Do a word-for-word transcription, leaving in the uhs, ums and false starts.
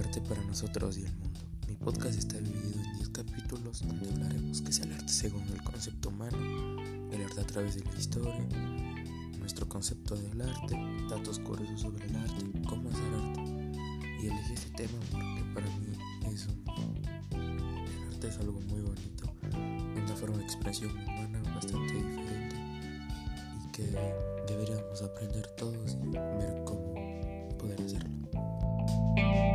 arte para nosotros y el mundo. Mi podcast está dividido en diez capítulos donde hablaremos qué es el arte según el concepto humano, el arte a través de la historia, nuestro concepto del arte, datos curiosos sobre el arte, cómo hacer arte. Y elegí este tema porque para mí es un... el arte es algo muy bonito, una forma de expresión humana bastante diferente y que deberíamos aprender todos y ver cómo poder hacerlo.